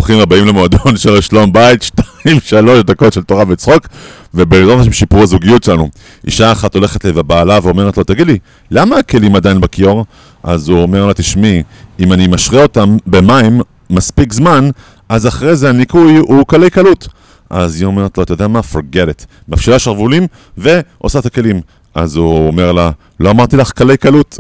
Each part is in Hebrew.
ברוכים הבאים למועדון של שלום בית, 2-3 דקות של תורה וצחוק, ובעזרת השם שיפור הזוגיות שלנו. אישה אחת הולכת לבעלה ואומרת לו, תגיד לי, למה הכלים עדיין בכיור? אז הוא אומר לה, תשמעי, אם אני משרה אותם במים מספיק זמן, אז אחרי זה הניקוי הוא קלי קלות. אז היא אומרת לו, אתה יודע מה? forget it. מפשילה שרבולים ועושה את הכלים. אז הוא אומר לה, לא אמרתי לך קלי קלות.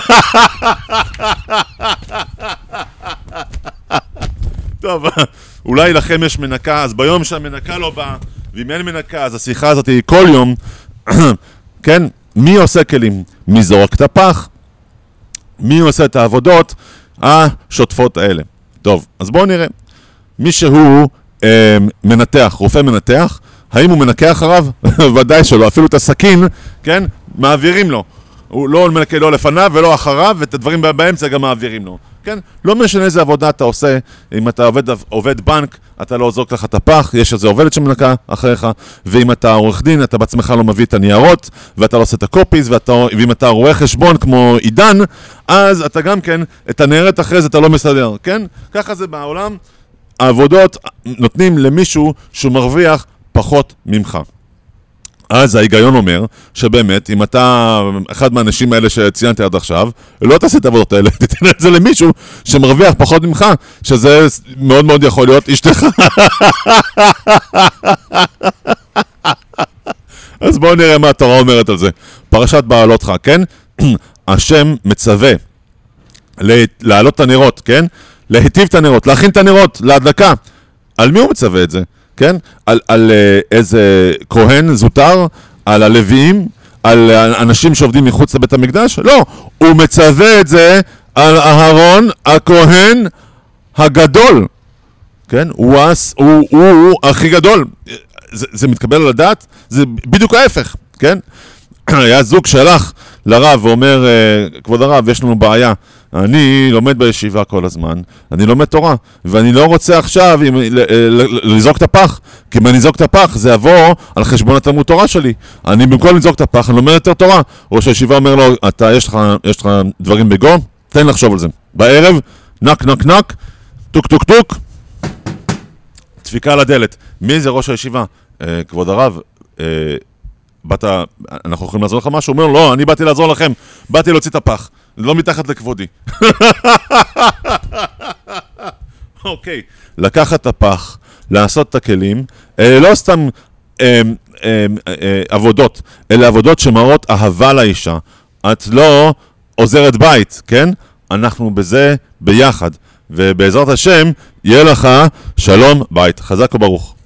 טוב, אולי לכם יש מנקה, אז ביום שהמנקה לא באה, ואם אין מנקה, אז השיחה הזאת היא כל יום. כן? מי עושה כלים? מי זורק את הפח? מי עושה את העבודות השוטפות האלה? טוב, אז בואו נראה. מי שהוא מנתח, רופא מנתח, האם הוא מנקה אחריו? ודאי שלא, אפילו את הסכין, כן? מעבירים לו. הוא לא מנקה לא לפניו ולא אחריו, ואת הדברים באמצע גם מעבירים לו. כן? לא משנה איזה עבודה אתה עושה, אם אתה עובד בנק, אתה לא זורק לך את הפח, יש איזה עובדת שמנקה אחריך, ואם אתה עורך דין, אתה בעצמך לא מביא את הניירות, ואתה לא עושה את הקופיז, ואם אתה רואה חשבון כמו עידן, אז אתה גם כן, את הניירת אחרי זה אתה לא מסדר, כן? ככה זה בעולם, העבודות נותנים למישהו שהוא מרוויח פחות ממך. אז ההיגיון אומר שבאמת, אם אתה אחד מהאנשים האלה שציינתי עד עכשיו, לא תעשה את העבודות האלה, תתן את זה למישהו שמרוויח פחות ממך, שזה מאוד מאוד יכול להיות אשתך. אז בואו נראה מה התורה אומרת על זה. פרשת בעלותך, כן? השם מצווה להעלות את הנרות, כן? להיטיב את הנרות, להכין את הנרות, להדלקה. על מי הוא מצווה את זה? כן? על איזה כהן זוטר, על הלוויים, על אנשים שעובדים מחוץ לבית המקדש? לא, הוא מצווה את זה על אהרון הכהן הגדול. כן? הוא הכי גדול. זה מתקבל על הדעת? זה בדיוק ההפך, כן? היה זוג שהלך לרב ואומר, כבוד הרב, יש לנו בעיה. אני לומד בישיבה כל הזמן, אני לומד תורה, ואני לא רוצה עכשיו לזרוק את הפח, כי אם אני אזרוק את הפח, זה יבוא על חשבון התלמוד תורה שלי. אני במקום לזרוק את הפח, אני לומד יותר תורה. ראש הישיבה אומר לו, יש לך דברים בגו? תן לחשוב על זה. בערב, נק נק נק, טוק טוק טוק, דפיקה על הדלת. מי זה ראש הישיבה? כבוד הרב, אנחנו יכולים לעזור לך משהו? הוא אומר, לא, אני באתי לעזור לכם, באתי להוציא את הפח. לא מתחת לכבודי. אוקיי, לקחת את הפח, לעשות את הכלים, לא סתם עבודות, אלא עבודות שמראות אהבה לאישה. את לא עוזרת בית, כן? אנחנו בזה ביחד, ובעזרת השם יהיה לך שלום בית. חזק וברוך.